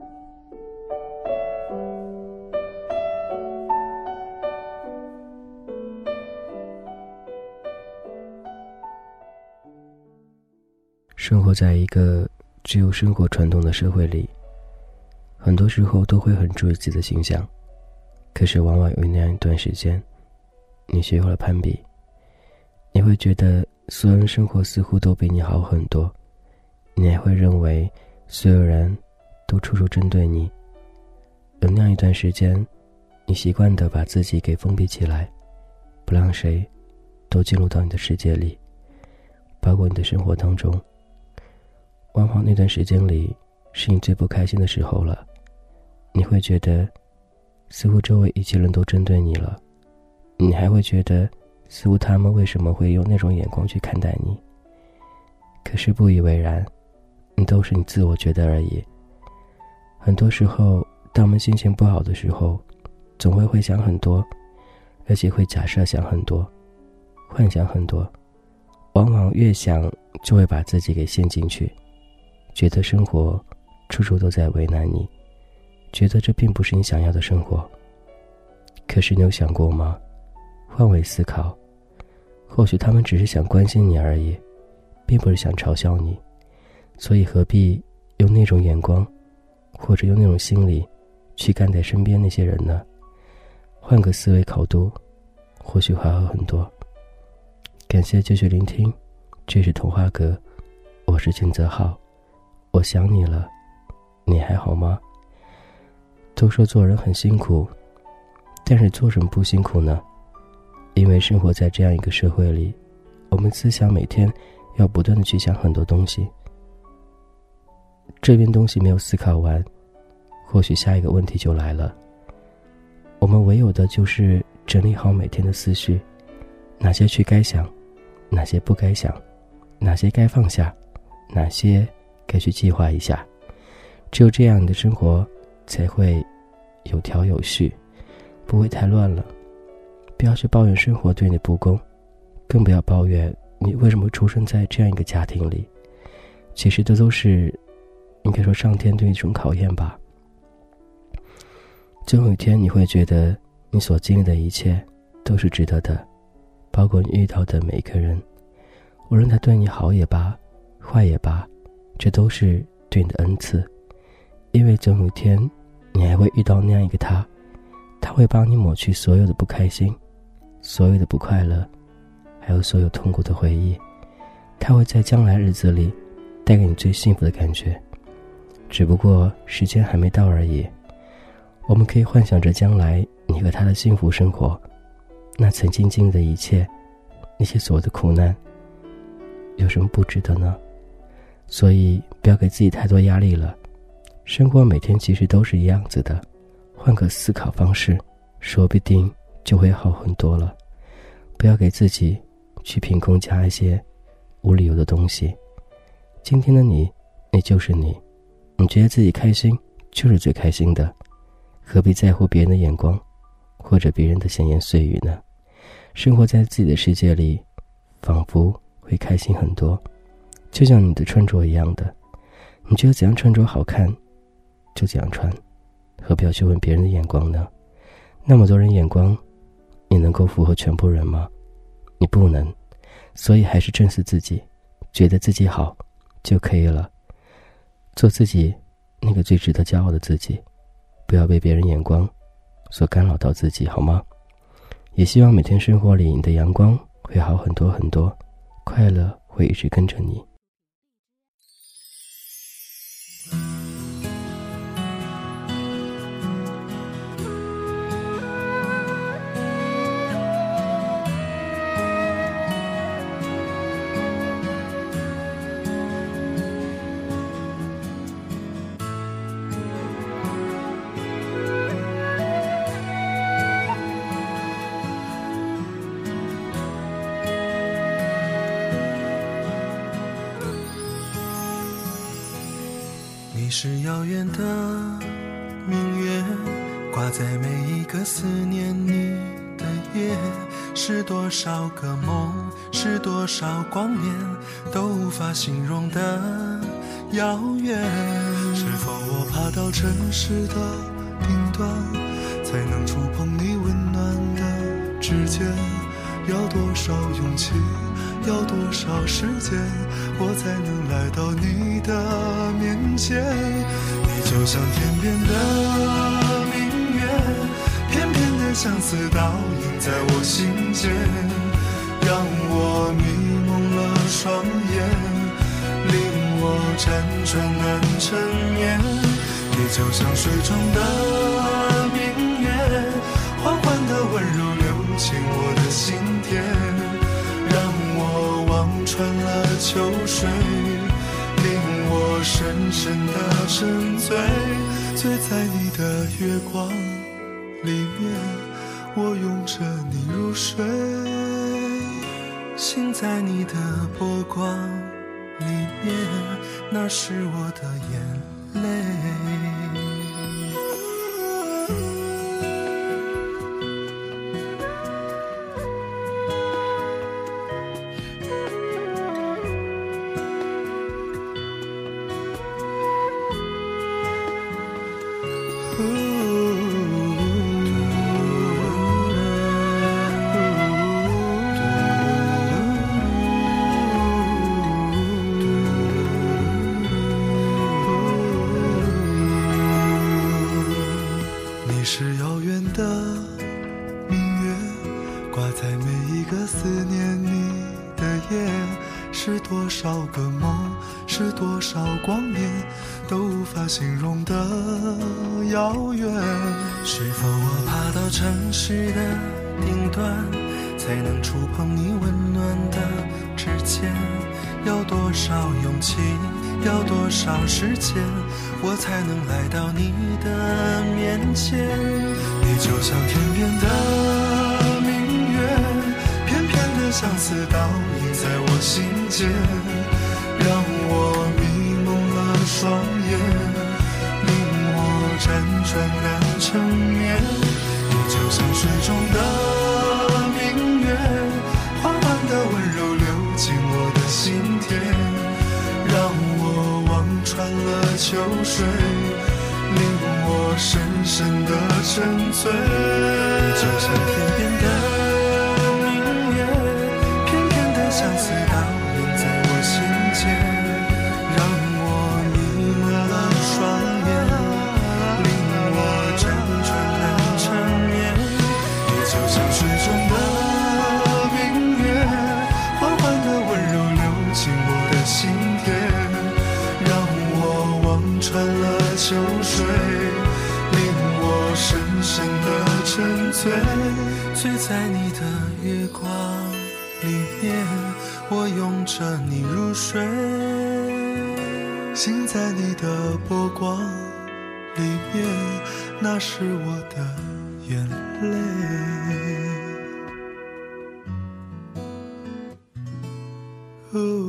生活在一个只有生活传统的社会里，很多时候都会很注意自己的形象，可是往往有那样一段时间，你学会了攀比，你会觉得所有人生活似乎都比你好很多，你还会认为所有人都处处针对你。有那样一段时间，你习惯地把自己给封闭起来，不让谁都进入到你的世界里，包括你的生活当中。往往那段时间里是你最不开心的时候了，你会觉得似乎周围一切人都针对你了，你还会觉得似乎他们为什么会用那种眼光去看待你。可是不以为然，你都是你自我觉得而已。很多时候当我们心情不好的时候，总会想很多，而且会假设想很多，幻想很多，往往越想就会把自己给陷进去，觉得生活处处都在为难你，觉得这并不是你想要的生活。可是你有想过吗？换位思考，或许他们只是想关心你而已，并不是想嘲笑你，所以何必用那种眼光或者用那种心理去看待身边那些人呢？换个思维角度，或许会好很多。感谢继续聆听，这是童话阁，我是金泽浩，我想你了，你还好吗？都说做人很辛苦，但是做什么不辛苦呢？因为生活在这样一个社会里，我们思想每天要不断地去想很多东西，这边东西没有思考完，或许下一个问题就来了。我们唯有的就是整理好每天的思绪，哪些去该想，哪些不该想，哪些该放下，哪些该去计划一下。只有这样，你的生活才会有条有序，不会太乱了。不要去抱怨生活对你的不公，更不要抱怨你为什么出生在这样一个家庭里。其实这都是应该说上天对你一种考验吧。总有一天你会觉得你所经历的一切都是值得的，包括你遇到的每一个人，无论他对你好也罢，坏也罢，这都是对你的恩赐。因为总有一天你还会遇到那样一个他，他会帮你抹去所有的不开心，所有的不快乐，还有所有痛苦的回忆。他会在将来日子里带给你最幸福的感觉，只不过时间还没到而已。我们可以幻想着将来你和他的幸福生活，那曾经经历的一切，那些所有的苦难，有什么不值得呢？所以不要给自己太多压力了，生活每天其实都是一样子的，换个思考方式，说不定就会好很多了。不要给自己去凭空加一些无理由的东西。今天的你，你就是你，你觉得自己开心就是最开心的，何必在乎别人的眼光或者别人的闲言碎语呢？生活在自己的世界里，仿佛会开心很多。就像你的穿着一样的，你觉得怎样穿着好看就怎样穿，何必要去问别人的眼光呢？那么多人眼光，你能够符合全部人吗？你不能。所以还是正视自己，觉得自己好就可以了，做自己那个最值得骄傲的自己，不要被别人眼光所干扰到自己，好吗？也希望每天生活里你的阳光会好很多很多，快乐会一直跟着你。 你是遥远的明月，挂在每一个思念你的夜，是多少个梦，是多少光年，都无法形容的遥远。是否我爬到城市的顶端，才能触碰你温暖的指尖。要多少勇气，要多少时间，我才能来到你的面前？你就像天边的明月，偏偏的相思倒映在我心间，让我迷蒙了双眼，令我辗转难成眠。你就像水中的明月，缓缓的温柔流进我的心田，让我望穿了秋水，令我深深的沉醉。醉在你的月光里面，我拥着你入睡，醒在你的波光里面，那是我的眼泪。你是遥远的明月，挂在每一个思念你的夜，是多少个梦，是多少光年，都无法形容的遥远。是否我爬到城市的顶端，才能触碰你温暖的指尖？要多少勇气，要多少时间，我才能来到你的面前？你就像天边的明月，偏偏的相思倒映在我心间，让我迷蒙了双眼，令我辗转难成眠。你就像水中的明月，缓缓的温柔流进我的心田，让我望穿了秋水，令我深深的沉醉。你就像天边的明月，偏偏的相思倒映在我心间，让我迷蒙了双眼，令我辗转难成眠。你就像水中的明月，缓缓的温柔流进我的心田，让我望穿了秋水，令我深深的沉醉。醉在你的月光里面，我拥着你入睡，醒在你的波光里面，那是我的眼泪。